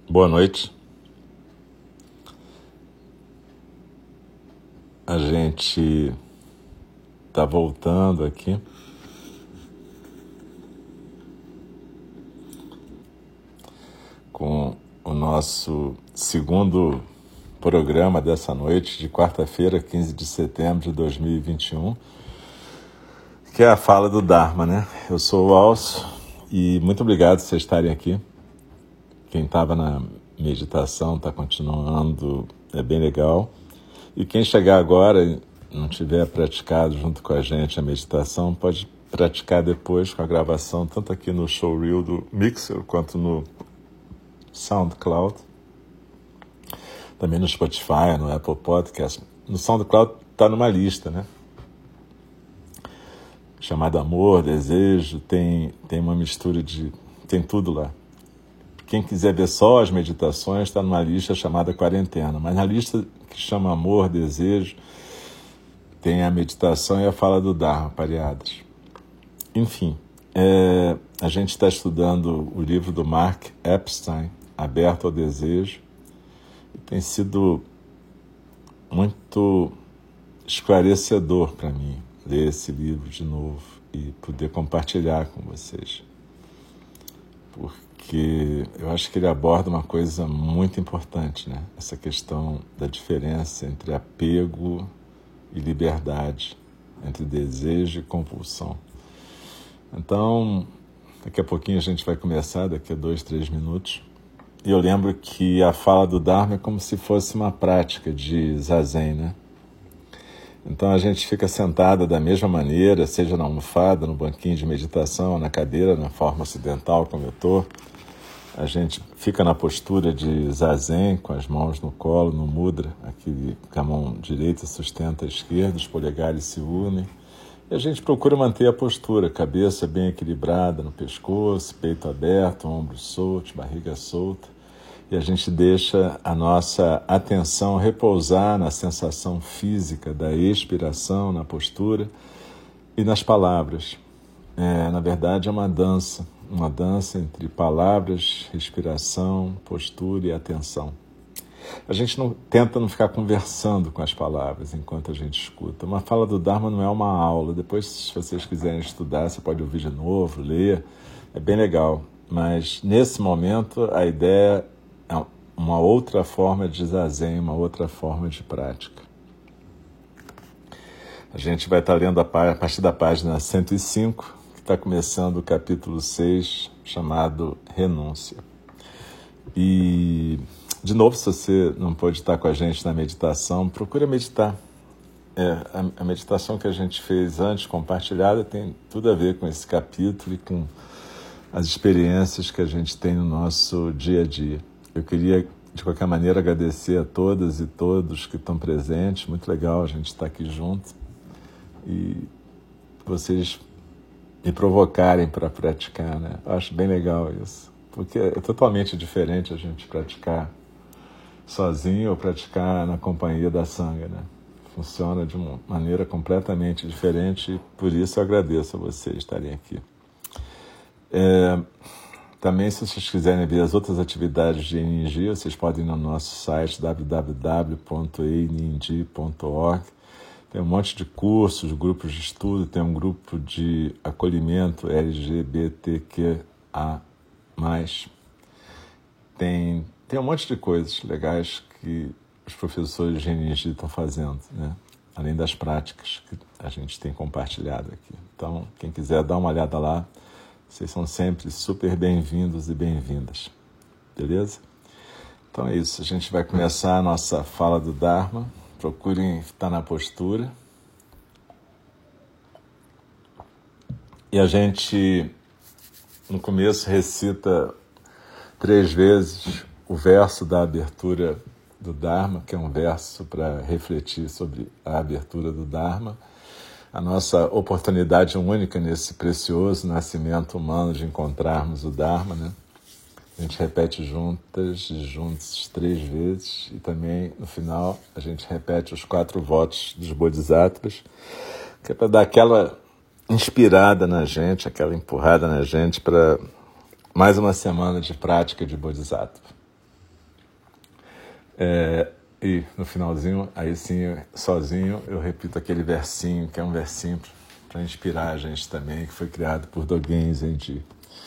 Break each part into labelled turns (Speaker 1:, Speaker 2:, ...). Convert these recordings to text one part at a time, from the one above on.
Speaker 1: Boa noite. A gente está voltando aqui com o nosso segundo programa dessa noite de quarta-feira, 15 de setembro de 2021, que é a fala do Dharma, né? Eu sou o Alcio e muito obrigado por vocês estarem aqui. Quem estava na meditação está continuando, é bem legal. E quem chegar agora e não tiver praticado junto com a gente a meditação, pode praticar depois com a gravação, tanto aqui no Showreel do Mixer, quanto no SoundCloud. Também no Spotify, no Apple Podcast. No SoundCloud está numa lista, né? Chamada Amor, Desejo, tem uma mistura de... tem tudo lá. Quem quiser ver só as meditações está numa lista chamada Quarentena. Mas na lista que chama Amor, Desejo, tem a meditação e a fala do Dharma, pareadas. Enfim, a gente está estudando o livro do Mark Epstein, Aberto ao Desejo. E tem sido muito esclarecedor para mim ler esse livro de novo e poder compartilhar com vocês. Porque eu acho que ele aborda uma coisa muito importante, né? Essa questão da diferença entre apego e liberdade, entre desejo e compulsão. Então, daqui a pouquinho a gente vai começar, daqui a 2-3 minutos. E eu lembro que a fala do Dharma é como se fosse uma prática de zazen, né? Então a gente fica sentada da mesma maneira, seja na almofada, no banquinho de meditação, na cadeira, na forma ocidental como eu estou. A gente fica na postura de zazen, com as mãos no colo, no mudra, aqui com a mão direita sustenta a esquerda, os polegares se unem. E a gente procura manter a postura, cabeça bem equilibrada no pescoço, peito aberto, ombros soltos, barriga solta. E a gente deixa a nossa atenção repousar na sensação física da expiração, na postura e nas palavras. Na verdade, é uma dança entre palavras, respiração, postura e atenção. A gente tenta não ficar conversando com as palavras enquanto a gente escuta. Uma fala do Dharma não é uma aula. Depois, se vocês quiserem estudar, você pode ouvir de novo, ler. É bem legal. Mas, nesse momento, a ideia é uma outra forma de zazen, uma outra forma de prática. A gente vai estar lendo a partir da página 105, que está começando o capítulo 6, chamado Renúncia. E, de novo, se você não pode estar com a gente na meditação, procure meditar. A meditação que a gente fez antes, compartilhada, tem tudo a ver com esse capítulo e com as experiências que a gente tem no nosso dia a dia. Eu queria, de qualquer maneira, agradecer a todas e todos que estão presentes. Muito legal a gente estar aqui junto e vocês me provocarem para praticar, né? Eu acho bem legal isso, porque é totalmente diferente a gente praticar sozinho ou praticar na companhia da Sangha, né? Funciona de uma maneira completamente diferente e por isso eu agradeço a vocês estarem aqui. Também, se vocês quiserem ver as outras atividades de ENINGI, vocês podem ir no nosso site www.eningi.org. Tem um monte de cursos, grupos de estudo, tem um grupo de acolhimento LGBTQA+. Tem um monte de coisas legais que os professores de ENINGI estão fazendo, né? Além das práticas que a gente tem compartilhado aqui. Então, quem quiser dar uma olhada lá, vocês são sempre super bem-vindos e bem-vindas. Beleza? Então é isso. A gente vai começar a nossa fala do Dharma. Procurem estar na postura. E a gente, no começo, recita 3 vezes o verso da abertura do Dharma, que é um verso para refletir sobre a abertura do Dharma. A nossa oportunidade única nesse precioso nascimento humano de encontrarmos o Dharma, né? A gente repete juntos 3 vezes e também, no final, a gente repete os 4 votos dos Bodhisattvas, que é para dar aquela inspirada na gente, aquela empurrada na gente para mais uma semana de prática de Bodhisattva. E no finalzinho, aí sim, sozinho, eu repito aquele versinho, que é um versinho para inspirar a gente também, que foi criado por Dogen Zenji.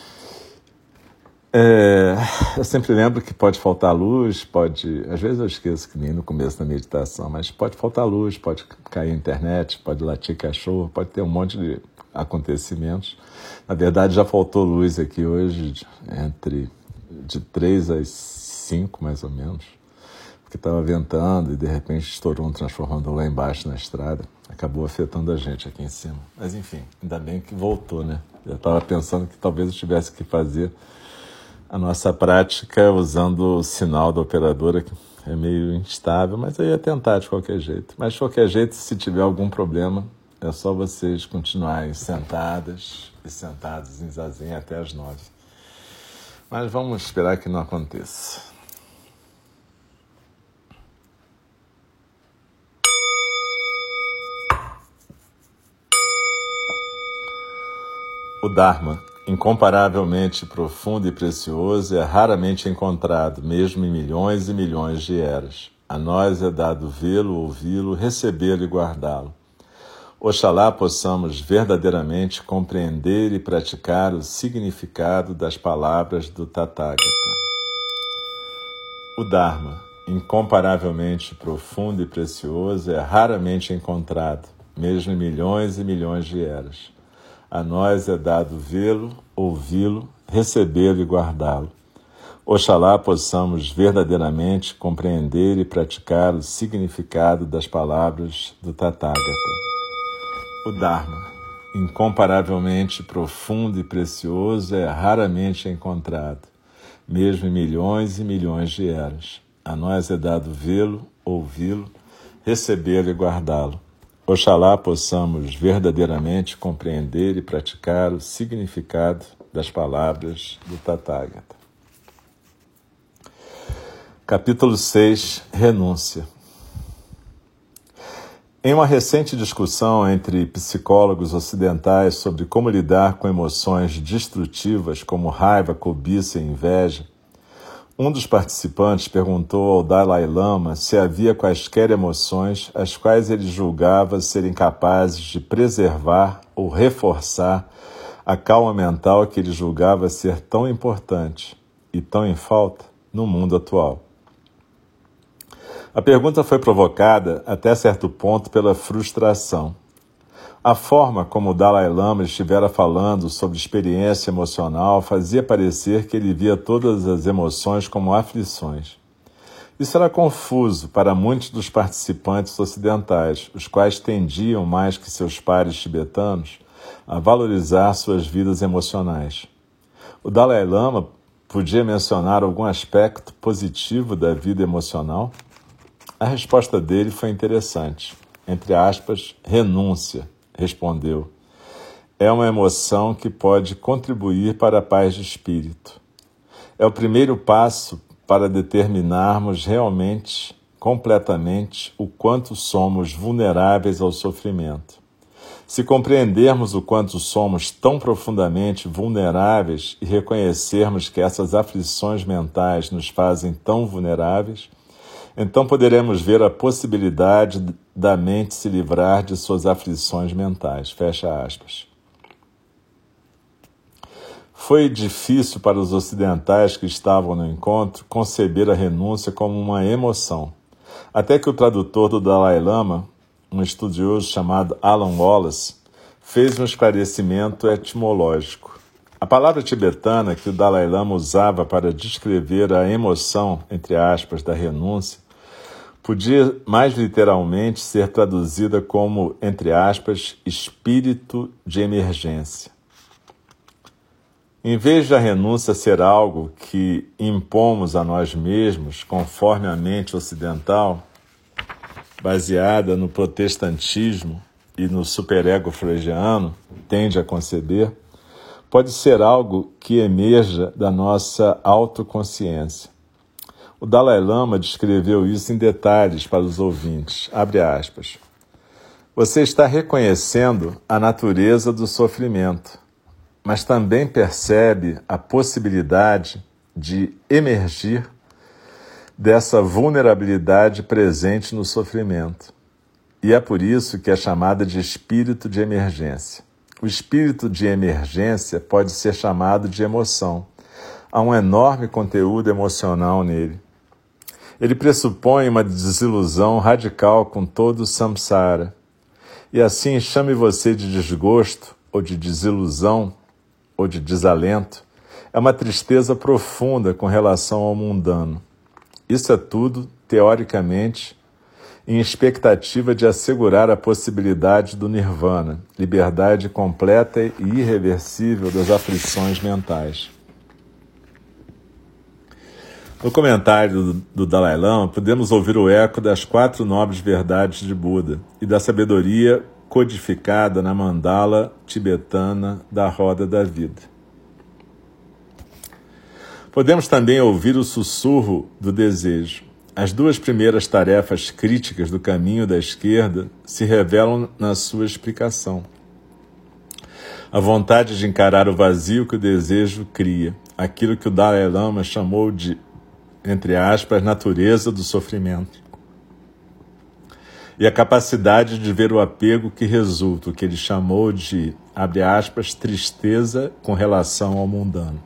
Speaker 1: Eu sempre lembro que pode faltar luz, às vezes eu esqueço que nem no começo da meditação, mas pode faltar luz, pode cair a internet, pode latir cachorro, pode ter um monte de acontecimentos. Na verdade, já faltou luz aqui hoje, de 3 às 5, mais ou menos, porque estava ventando e de repente estourou um transformador lá embaixo na estrada. Acabou afetando a gente aqui em cima. Mas enfim, ainda bem que voltou, né? Eu estava pensando que talvez eu tivesse que fazer a nossa prática usando o sinal da operadora, que é meio instável, mas eu ia tentar de qualquer jeito. Mas de qualquer jeito, se tiver algum problema, é só vocês continuarem sentadas e sentados em zazen até as 9. Mas vamos esperar que não aconteça. O Dharma, incomparavelmente profundo e precioso, é raramente encontrado, mesmo em milhões e milhões de eras. A nós é dado vê-lo, ouvi-lo, recebê-lo e guardá-lo. Oxalá possamos verdadeiramente compreender e praticar o significado das palavras do Tathagata. O Dharma, incomparavelmente profundo e precioso, é raramente encontrado, mesmo em milhões e milhões de eras. A nós é dado vê-lo, ouvi-lo, recebê-lo e guardá-lo. Oxalá possamos verdadeiramente compreender e praticar o significado das palavras do Tathagata. O Dharma, incomparavelmente profundo e precioso, é raramente encontrado, mesmo em milhões e milhões de eras. A nós é dado vê-lo, ouvi-lo, recebê-lo e guardá-lo. Oxalá possamos verdadeiramente compreender e praticar o significado das palavras do Tathagata. Capítulo 6. Renúncia. Em uma recente discussão entre psicólogos ocidentais sobre como lidar com emoções destrutivas como raiva, cobiça e inveja, um dos participantes perguntou ao Dalai Lama se havia quaisquer emoções as quais ele julgava serem capazes de preservar ou reforçar a calma mental que ele julgava ser tão importante e tão em falta no mundo atual. A pergunta foi provocada até certo ponto pela frustração. A forma como o Dalai Lama estivera falando sobre experiência emocional fazia parecer que ele via todas as emoções como aflições. Isso era confuso para muitos dos participantes ocidentais, os quais tendiam, mais que seus pares tibetanos, a valorizar suas vidas emocionais. O Dalai Lama podia mencionar algum aspecto positivo da vida emocional? A resposta dele foi interessante. Entre aspas, renúncia. Respondeu, é uma emoção que pode contribuir para a paz de espírito. É o primeiro passo para determinarmos realmente, completamente, o quanto somos vulneráveis ao sofrimento. Se compreendermos o quanto somos tão profundamente vulneráveis e reconhecermos que essas aflições mentais nos fazem tão vulneráveis, então poderemos ver a possibilidade da mente se livrar de suas aflições mentais. Fecha aspas. Foi difícil para os ocidentais que estavam no encontro conceber a renúncia como uma emoção. Até que o tradutor do Dalai Lama, um estudioso chamado Alan Wallace, fez um esclarecimento etimológico. A palavra tibetana que o Dalai Lama usava para descrever a emoção, entre aspas, da renúncia, podia mais literalmente ser traduzida como, entre aspas, espírito de emergência. Em vez da renúncia ser algo que impomos a nós mesmos, conforme a mente ocidental, baseada no protestantismo e no superego freudiano, tende a conceber, pode ser algo que emerja da nossa autoconsciência. O Dalai Lama descreveu isso em detalhes para os ouvintes. Abre aspas. Você está reconhecendo a natureza do sofrimento, mas também percebe a possibilidade de emergir dessa vulnerabilidade presente no sofrimento. E é por isso que é chamada de espírito de emergência. O espírito de emergência pode ser chamado de emoção. Há um enorme conteúdo emocional nele. Ele pressupõe uma desilusão radical com todo o samsara. E assim, chame você de desgosto, ou de desilusão, ou de desalento, é uma tristeza profunda com relação ao mundano. Isso é tudo, teoricamente, em expectativa de assegurar a possibilidade do nirvana, liberdade completa e irreversível das aflições mentais. No comentário do Dalai Lama, podemos ouvir o eco das 4 nobres verdades de Buda e da sabedoria codificada na mandala tibetana da Roda da Vida. Podemos também ouvir o sussurro do desejo. As 2 primeiras tarefas críticas do caminho da esquerda se revelam na sua explicação. A vontade de encarar o vazio que o desejo cria, aquilo que o Dalai Lama chamou de, entre aspas, natureza do sofrimento. E a capacidade de ver o apego que resulta, o que ele chamou de, abre aspas, tristeza com relação ao mundano.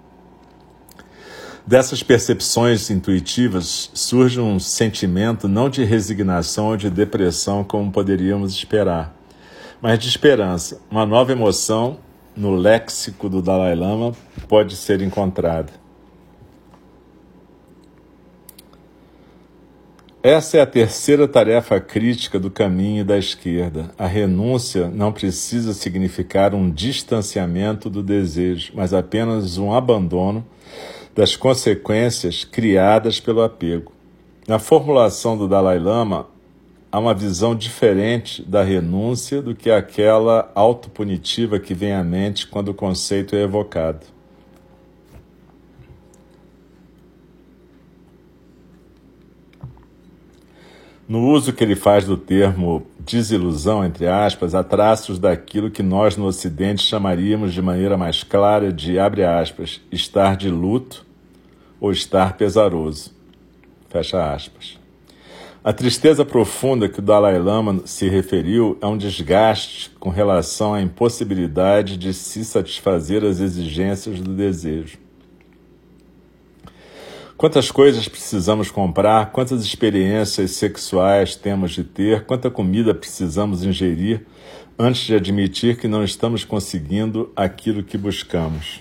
Speaker 1: Dessas percepções intuitivas surge um sentimento não de resignação ou de depressão como poderíamos esperar, mas de esperança. Uma nova emoção no léxico do Dalai Lama pode ser encontrada. Essa é a terceira tarefa crítica do caminho da esquerda. A renúncia não precisa significar um distanciamento do desejo, mas apenas um abandono das consequências criadas pelo apego. Na formulação do Dalai Lama, há uma visão diferente da renúncia do que aquela autopunitiva que vem à mente quando o conceito é evocado. No uso que ele faz do termo desilusão, entre aspas, há traços daquilo que nós no Ocidente chamaríamos de maneira mais clara de, abre aspas, estar de luto ou estar pesaroso, fecha aspas. A tristeza profunda que o Dalai Lama se referiu é um desgaste com relação à impossibilidade de se satisfazer as exigências do desejo. Quantas coisas precisamos comprar, quantas experiências sexuais temos de ter, quanta comida precisamos ingerir antes de admitir que não estamos conseguindo aquilo que buscamos.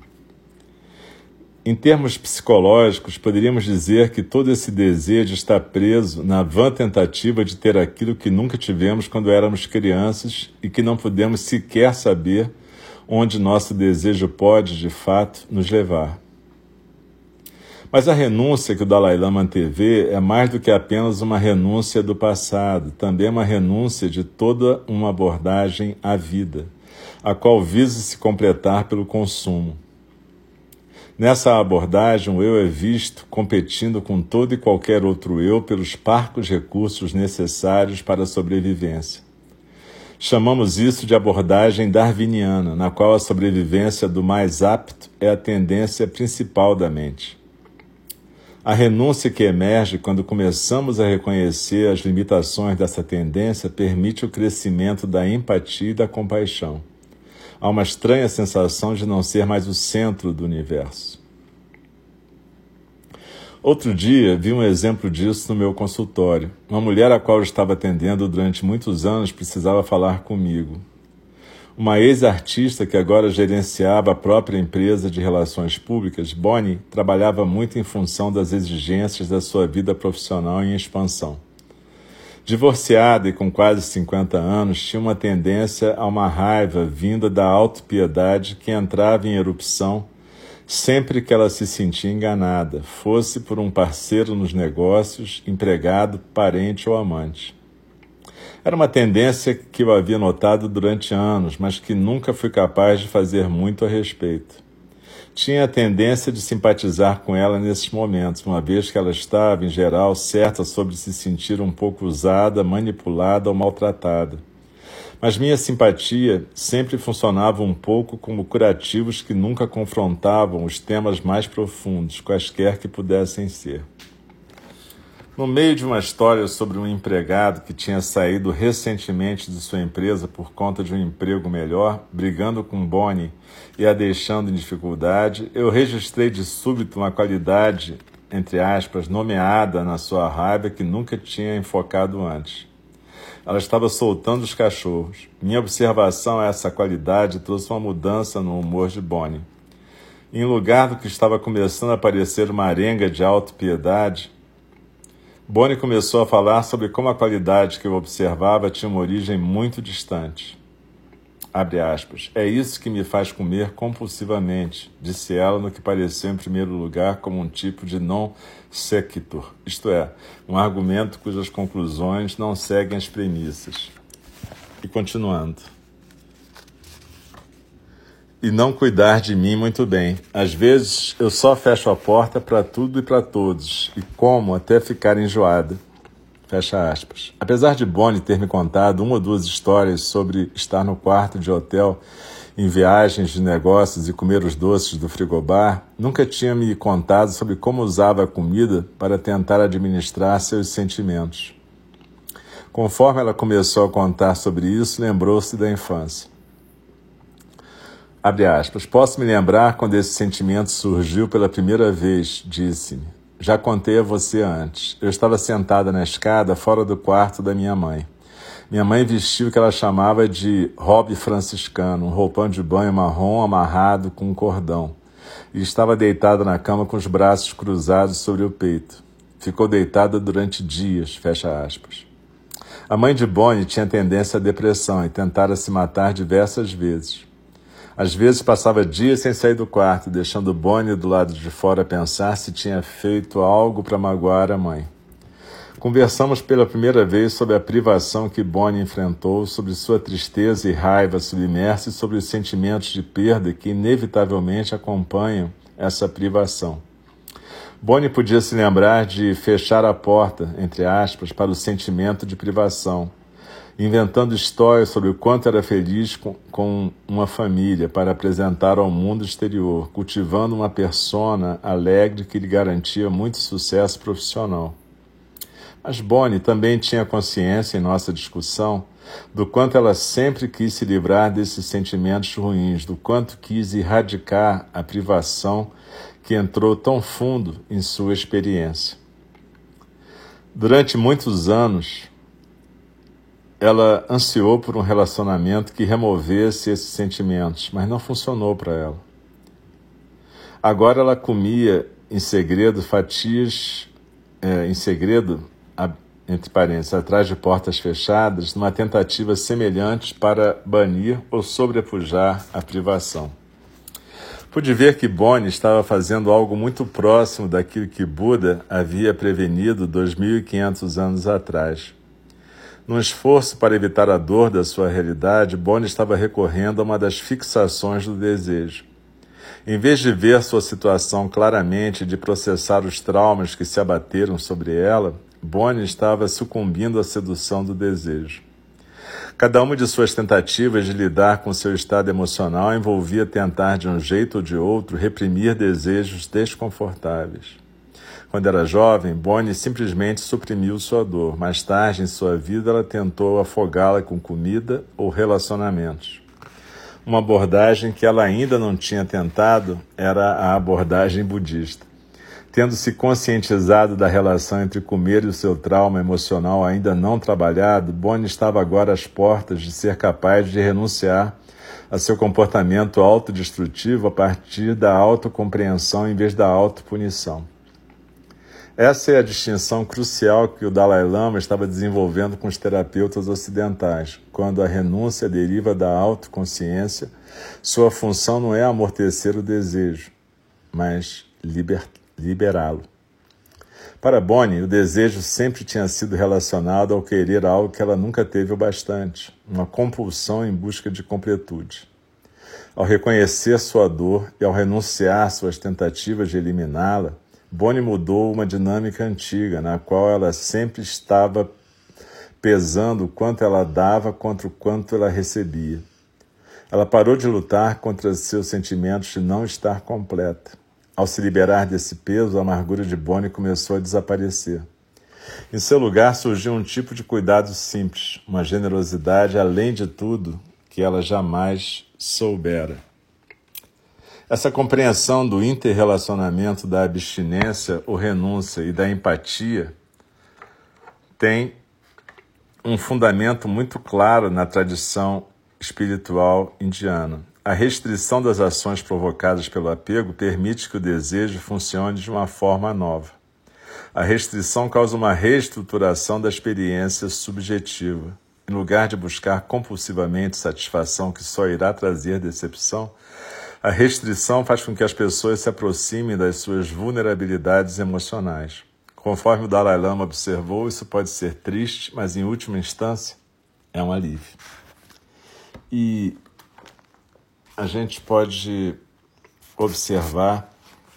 Speaker 1: Em termos psicológicos, poderíamos dizer que todo esse desejo está preso na vã tentativa de ter aquilo que nunca tivemos quando éramos crianças e que não podemos sequer saber onde nosso desejo pode, de fato, nos levar. Mas a renúncia que o Dalai Lama antevê é mais do que apenas uma renúncia do passado, também uma renúncia de toda uma abordagem à vida, a qual visa se completar pelo consumo. Nessa abordagem, o eu é visto competindo com todo e qualquer outro eu pelos parcos recursos necessários para a sobrevivência. Chamamos isso de abordagem darwiniana, na qual a sobrevivência do mais apto é a tendência principal da mente. A renúncia que emerge quando começamos a reconhecer as limitações dessa tendência permite o crescimento da empatia e da compaixão. Há uma estranha sensação de não ser mais o centro do universo. Outro dia, vi um exemplo disso no meu consultório. Uma mulher a qual eu estava atendendo durante muitos anos precisava falar comigo. Uma ex-artista que agora gerenciava a própria empresa de relações públicas, Bonnie, trabalhava muito em função das exigências da sua vida profissional em expansão. Divorciada e com quase 50 anos, tinha uma tendência a uma raiva vinda da autopiedade que entrava em erupção sempre que ela se sentia enganada, fosse por um parceiro nos negócios, empregado, parente ou amante. Era uma tendência que eu havia notado durante anos, mas que nunca fui capaz de fazer muito a respeito. Tinha a tendência de simpatizar com ela nesses momentos, uma vez que ela estava, em geral, certa sobre se sentir um pouco usada, manipulada ou maltratada. Mas minha simpatia sempre funcionava um pouco como curativos que nunca confrontavam os temas mais profundos, quaisquer que pudessem ser. No meio de uma história sobre um empregado que tinha saído recentemente de sua empresa por conta de um emprego melhor, brigando com Bonnie e a deixando em dificuldade, eu registrei de súbito uma qualidade, entre aspas, nomeada na sua raiva que nunca tinha enfocado antes. Ela estava soltando os cachorros. Minha observação a essa qualidade trouxe uma mudança no humor de Bonnie. Em lugar do que estava começando a parecer uma arenga de autopiedade, Bonnie começou a falar sobre como a qualidade que eu observava tinha uma origem muito distante. Abre aspas. É isso que me faz comer compulsivamente, disse ela no que pareceu em primeiro lugar como um tipo de non sequitur, isto é, um argumento cujas conclusões não seguem as premissas. E continuando. E não cuidar de mim muito bem. Às vezes eu só fecho a porta para tudo e para todos, e como até ficar enjoada. Fecha aspas. Apesar de Bonnie ter me contado uma ou duas histórias sobre estar no quarto de hotel em viagens de negócios e comer os doces do frigobar, nunca tinha me contado sobre como usava a comida para tentar administrar seus sentimentos. Conforme ela começou a contar sobre isso, lembrou-se da infância. Abre aspas. Posso me lembrar quando esse sentimento surgiu pela primeira vez, disse-me. Já contei a você antes. Eu estava sentada na escada fora do quarto da minha mãe. Minha mãe vestiu o que ela chamava de robe franciscano, um roupão de banho marrom amarrado com um cordão, e estava deitada na cama com os braços cruzados sobre o peito. Ficou deitada durante dias, fecha aspas. A mãe de Bonnie tinha tendência à depressão e tentara se matar diversas vezes. Às vezes passava dias sem sair do quarto, deixando Bonnie do lado de fora pensar se tinha feito algo para magoar a mãe. Conversamos pela primeira vez sobre a privação que Bonnie enfrentou, sobre sua tristeza e raiva submersa e sobre os sentimentos de perda que inevitavelmente acompanham essa privação. Bonnie podia se lembrar de fechar a porta, entre aspas, para o sentimento de privação, inventando histórias sobre o quanto era feliz com uma família para apresentar ao mundo exterior, cultivando uma persona alegre que lhe garantia muito sucesso profissional. Mas Bonnie também tinha consciência, em nossa discussão, do quanto ela sempre quis se livrar desses sentimentos ruins, do quanto quis erradicar a privação que entrou tão fundo em sua experiência. Durante muitos anos, ela ansiou por um relacionamento que removesse esses sentimentos, mas não funcionou para ela. Agora ela comia em segredo fatias, entre parênteses, atrás de portas fechadas, numa tentativa semelhante para banir ou sobrepujar a privação. Pude ver que Bonnie estava fazendo algo muito próximo daquilo que Buda havia prevenido 2.500 anos atrás. Num esforço para evitar a dor da sua realidade, Bonnie estava recorrendo a uma das fixações do desejo. Em vez de ver sua situação claramente e de processar os traumas que se abateram sobre ela, Bonnie estava sucumbindo à sedução do desejo. Cada uma de suas tentativas de lidar com seu estado emocional envolvia tentar, de um jeito ou de outro, reprimir desejos desconfortáveis. Quando era jovem, Bonnie simplesmente suprimiu sua dor. Mais tarde, em sua vida, ela tentou afogá-la com comida ou relacionamentos. Uma abordagem que ela ainda não tinha tentado era a abordagem budista. Tendo se conscientizado da relação entre comer e o seu trauma emocional ainda não trabalhado, Bonnie estava agora às portas de ser capaz de renunciar a seu comportamento autodestrutivo a partir da autocompreensão em vez da autopunição. Essa é a distinção crucial que o Dalai Lama estava desenvolvendo com os terapeutas ocidentais. Quando a renúncia deriva da autoconsciência, sua função não é amortecer o desejo, mas liberá-lo. Para Bonnie, o desejo sempre tinha sido relacionado ao querer algo que ela nunca teve o bastante, uma compulsão em busca de completude. Ao reconhecer sua dor e ao renunciar suas tentativas de eliminá-la, Bonnie mudou uma dinâmica antiga, na qual ela sempre estava pesando o quanto ela dava contra o quanto ela recebia. Ela parou de lutar contra seus sentimentos de não estar completa. Ao se liberar desse peso, a amargura de Bonnie começou a desaparecer. Em seu lugar surgiu um tipo de cuidado simples, uma generosidade além de tudo que ela jamais soubera. Essa compreensão do interrelacionamento da abstinência ou renúncia e da empatia tem um fundamento muito claro na tradição espiritual indiana. A restrição das ações provocadas pelo apego permite que o desejo funcione de uma forma nova. A restrição causa uma reestruturação da experiência subjetiva. Em lugar de buscar compulsivamente satisfação que só irá trazer decepção, a restrição faz com que as pessoas se aproximem das suas vulnerabilidades emocionais. Conforme o Dalai Lama observou, isso pode ser triste, mas em última instância é um alívio. E a gente pode observar,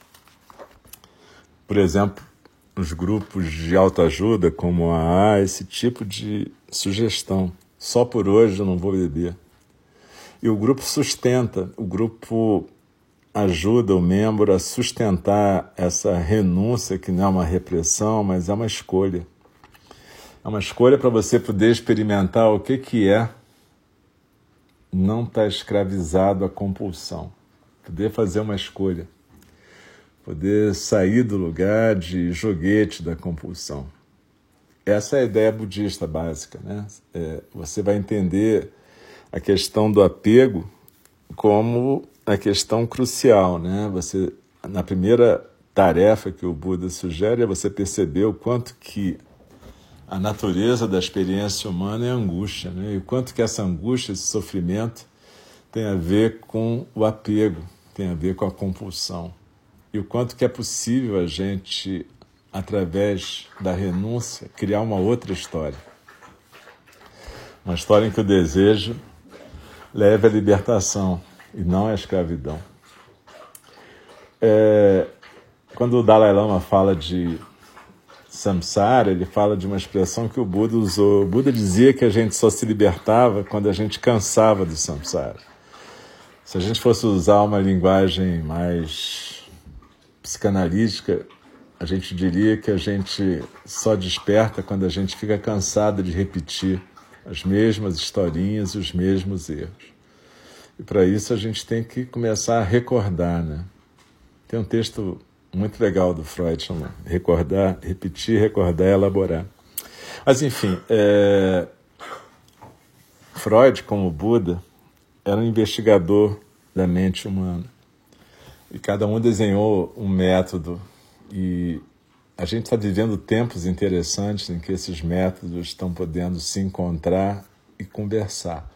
Speaker 1: por exemplo, nos grupos de autoajuda como a AA, esse tipo de sugestão. Só por hoje eu não vou beber. E o grupo sustenta, o grupo ajuda o membro a sustentar essa renúncia, que não é uma repressão, mas é uma escolha. É uma escolha para você poder experimentar o que é não estar escravizado à compulsão. Poder fazer uma escolha. Poder sair do lugar de joguete da compulsão. Essa é a ideia budista básica, né? Você vai entender a questão do apego como a questão crucial, né? Você, na primeira tarefa que o Buda sugere é você perceber o quanto que a natureza da experiência humana é angústia, né? E o quanto que essa angústia, esse sofrimento tem a ver com o apego, tem a ver com a compulsão. E o quanto que é possível a gente, através da renúncia, criar uma outra história. Uma história em que o desejo leve à libertação e não à escravidão. Quando o Dalai Lama fala de samsara, ele fala de uma expressão que o Buda usou. O Buda dizia que a gente só se libertava quando a gente cansava do samsara. Se a gente fosse usar uma linguagem mais psicanalítica, a gente diria que a gente só desperta quando a gente fica cansado de repetir as mesmas historinhas e os mesmos erros. E para isso a gente tem que começar a recordar, né? Tem um texto muito legal do Freud, chama Recordar, Repetir, Recordar e Elaborar. Mas enfim, Freud, como Buda, era um investigador da mente humana. E cada um desenhou um método. E a gente está vivendo tempos interessantes em que esses métodos estão podendo se encontrar e conversar.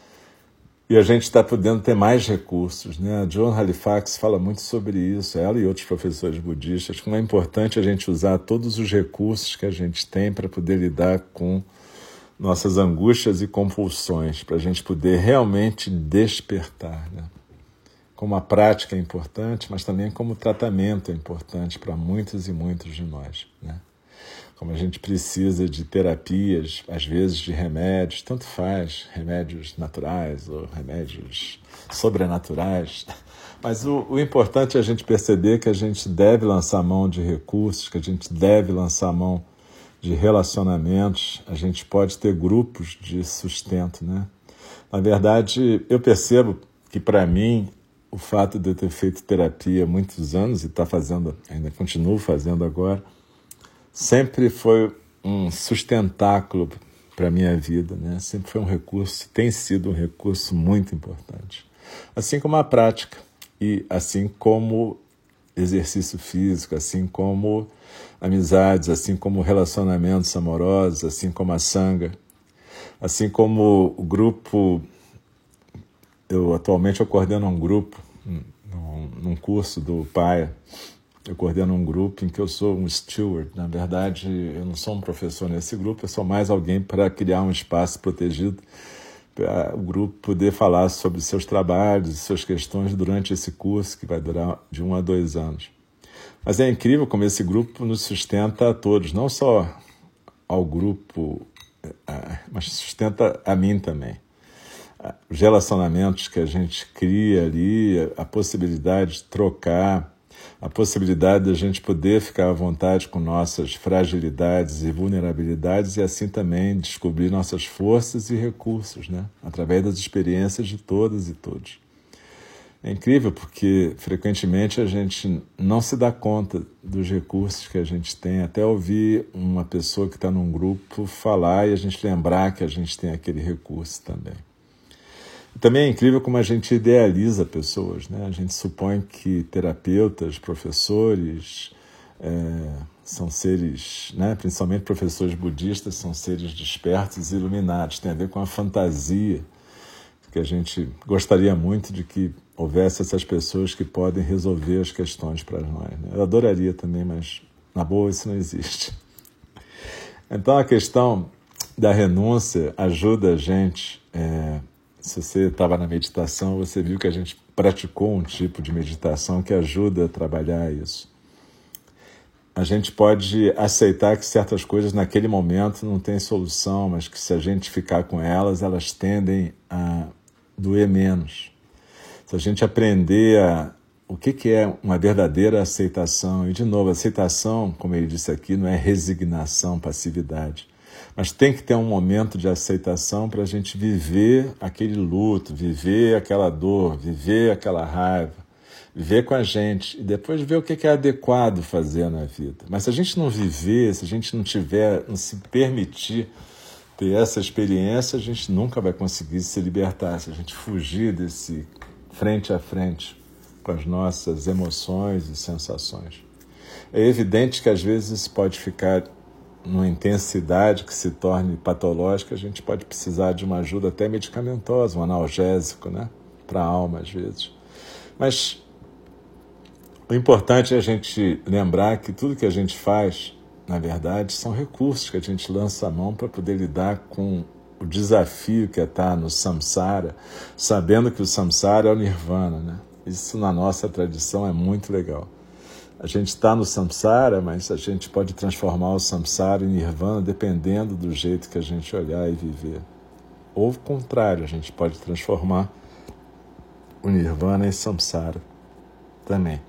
Speaker 1: E a gente está podendo ter mais recursos, né? A Joan Halifax fala muito sobre isso, ela e outros professores budistas, como é importante a gente usar todos os recursos que a gente tem para poder lidar com nossas angústias e compulsões, para a gente poder realmente despertar, né? Como a prática é importante, mas também como o tratamento é importante para muitos e muitos de nós, né? Como a gente precisa de terapias, às vezes de remédios, tanto faz, remédios naturais ou remédios sobrenaturais. Mas o importante é a gente perceber que a gente deve lançar mão de recursos, que a gente deve lançar mão de relacionamentos, a gente pode ter grupos de sustento, né? Na verdade, eu percebo que, para mim, o fato de eu ter feito terapia há muitos anos e estar fazendo, ainda continuo fazendo agora, sempre foi um sustentáculo para a minha vida, né? Sempre foi um recurso, tem sido um recurso muito importante. Assim como a prática, e assim como exercício físico, assim como amizades, assim como relacionamentos amorosos, assim como a sangha, assim como o grupo. Atualmente eu coordeno um grupo, num curso do PAIA. Eu coordeno um grupo em que eu sou um steward. Na verdade, eu não sou um professor nesse grupo, eu sou mais alguém para criar um espaço protegido para o grupo poder falar sobre seus trabalhos e suas questões durante esse curso, que vai durar de 1 a 2 anos. Mas é incrível como esse grupo nos sustenta a todos, não só ao grupo, mas sustenta a mim também. Os relacionamentos que a gente cria ali, a possibilidade de trocar, A possibilidade de a gente poder ficar à vontade com nossas fragilidades e vulnerabilidades e assim também descobrir nossas forças e recursos, né? Através das experiências de todas e todos. É incrível porque frequentemente a gente não se dá conta dos recursos que a gente tem, até ouvir uma pessoa que está num grupo falar e a gente lembrar que a gente tem aquele recurso também. Também é incrível como a gente idealiza pessoas, né? A gente supõe que terapeutas, professores, são seres, né? Principalmente professores budistas, são seres despertos e iluminados. Tem a ver com a fantasia, que a gente gostaria muito de que houvesse essas pessoas que podem resolver as questões para nós, né? Eu adoraria também, mas na boa isso não existe. Então a questão da renúncia ajuda a gente... Se você estava na meditação, você viu que a gente praticou um tipo de meditação que ajuda a trabalhar isso. A gente pode aceitar que certas coisas naquele momento não têm solução, mas que se a gente ficar com elas, elas tendem a doer menos. Se a gente aprender o que é uma verdadeira aceitação, e de novo, aceitação, como ele disse aqui, não é resignação, passividade. Mas tem que ter um momento de aceitação para a gente viver aquele luto, viver aquela dor, viver aquela raiva, viver com a gente e depois ver o que é adequado fazer na vida. Mas se a gente não viver, se a gente não se permitir ter essa experiência, a gente nunca vai conseguir se libertar. Se a gente fugir desse frente a frente com as nossas emoções e sensações. É evidente que às vezes pode ficar numa intensidade que se torne patológica, a gente pode precisar de uma ajuda até medicamentosa, um analgésico, né? Para a alma, às vezes. Mas o importante é a gente lembrar que tudo que a gente faz, na verdade, são recursos que a gente lança a mão para poder lidar com o desafio que é estar no samsara, sabendo que o samsara é o nirvana, né? Isso na nossa tradição é muito legal. A gente está no samsara, mas a gente pode transformar o samsara em nirvana dependendo do jeito que a gente olhar e viver. Ou o contrário, a gente pode transformar o nirvana em samsara também.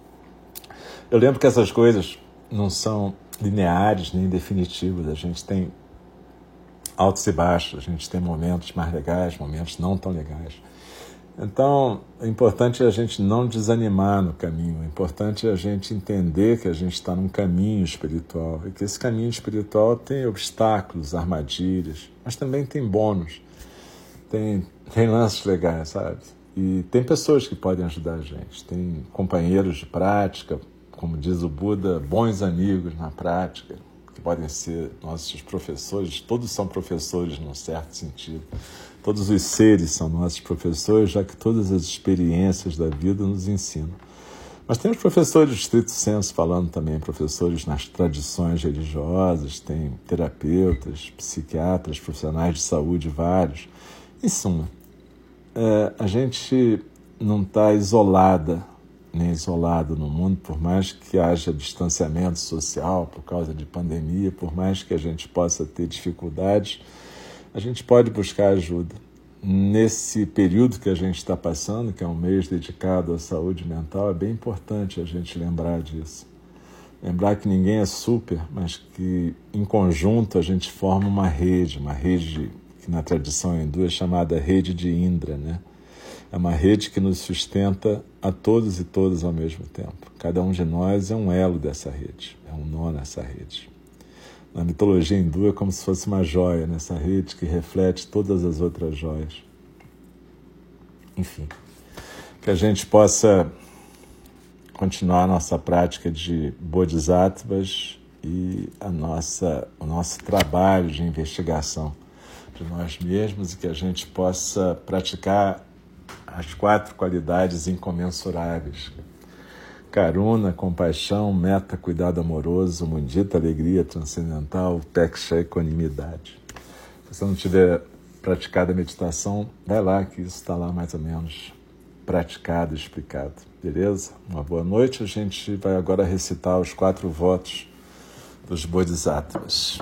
Speaker 1: Eu lembro que essas coisas não são lineares nem definitivas. A gente tem altos e baixos, a gente tem momentos mais legais, momentos não tão legais. Então, o importante é a gente não desanimar no caminho, o importante é a gente entender que a gente está num caminho espiritual e que esse caminho espiritual tem obstáculos, armadilhas, mas também tem bônus, tem lances legais, sabe? E tem pessoas que podem ajudar a gente, tem companheiros de prática, como diz o Buda, bons amigos na prática, que podem ser nossos professores, todos são professores num certo sentido. Todos os seres são nossos professores, já que todas as experiências da vida nos ensinam. Mas tem os professores de estrito senso falando também, professores nas tradições religiosas, tem terapeutas, psiquiatras, profissionais de saúde, vários. Em suma, a gente não está isolada, nem isolado no mundo, por mais que haja distanciamento social por causa de pandemia, por mais que a gente possa ter dificuldades, a gente pode buscar ajuda. Nesse período que a gente está passando, que é um mês dedicado à saúde mental, é bem importante a gente lembrar disso. Lembrar que ninguém é super, mas que em conjunto a gente forma uma rede que na tradição hindu é chamada rede de Indra, né? É uma rede que nos sustenta a todos e todas ao mesmo tempo. Cada um de nós é um elo dessa rede, é um nó nessa rede. Na mitologia hindu é como se fosse uma joia nessa rede que reflete todas as outras joias. Enfim, que a gente possa continuar a nossa prática de bodhisattvas e o nosso trabalho de investigação de nós mesmos e que a gente possa praticar as 4 qualidades incomensuráveis: Karuna, compaixão, metta, cuidado amoroso, mudita, alegria transcendental, upeksha, equanimidade. Se você não tiver praticado a meditação, vai lá que isso está lá mais ou menos praticado, explicado. Beleza? Uma boa noite. A gente vai agora recitar os 4 votos dos Bodhisattvas.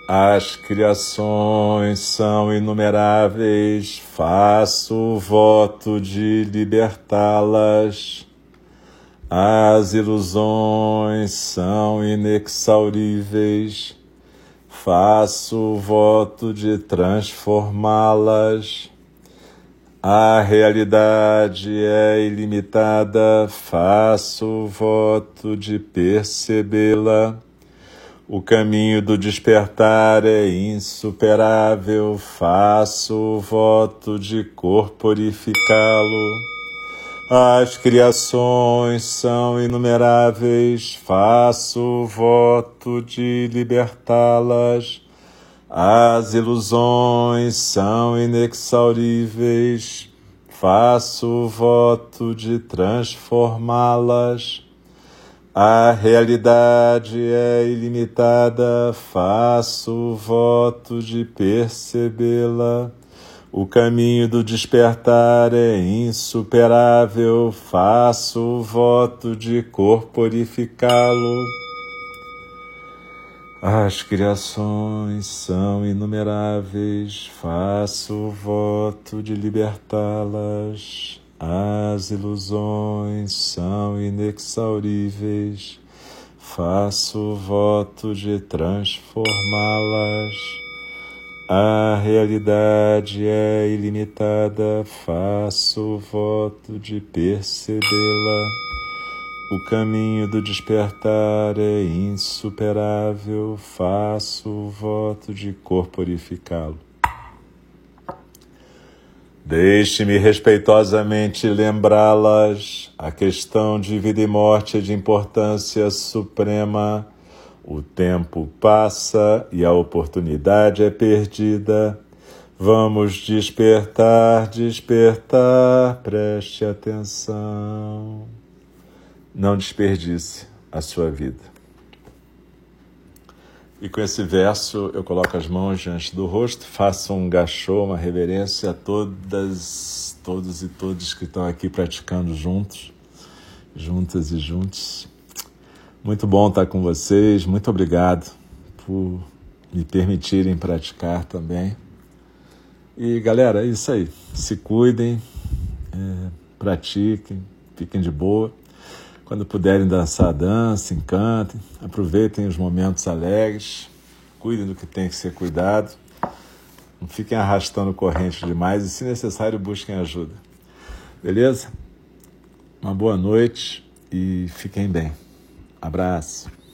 Speaker 1: As criações são inumeráveis, faço o voto de libertá-las. As ilusões são inexauríveis, faço o voto de transformá-las. A realidade é ilimitada, faço o voto de percebê-la. O caminho do despertar é insuperável, faço o voto de corporificá-lo. As criações são inumeráveis, faço o voto de libertá-las. As ilusões são inexauríveis, faço o voto de transformá-las. A realidade é ilimitada, faço o voto de percebê-la. O caminho do despertar é insuperável, faço o voto de corporificá-lo. As criações são inumeráveis, faço o voto de libertá-las. As ilusões são inexauríveis, faço o voto de transformá-las. A realidade é ilimitada, faço o voto de percebê-la. O caminho do despertar é insuperável, faço o voto de corporificá-lo. Deixe-me respeitosamente lembrá-las. A questão de vida e morte é de importância suprema. O tempo passa e a oportunidade é perdida. Vamos despertar, despertar, preste atenção. Não desperdice a sua vida. E com esse verso eu coloco as mãos diante do rosto, faço um gachô, uma reverência a todos e todos que estão aqui praticando juntos, juntas e juntos. Muito bom estar com vocês, muito obrigado por me permitirem praticar também. E galera, é isso aí, se cuidem, pratiquem, fiquem de boa. Quando puderem dançar, dancem, cantem, aproveitem os momentos alegres, cuidem do que tem que ser cuidado, não fiquem arrastando corrente demais e, se necessário, busquem ajuda. Beleza? Uma boa noite e fiquem bem. Abraço.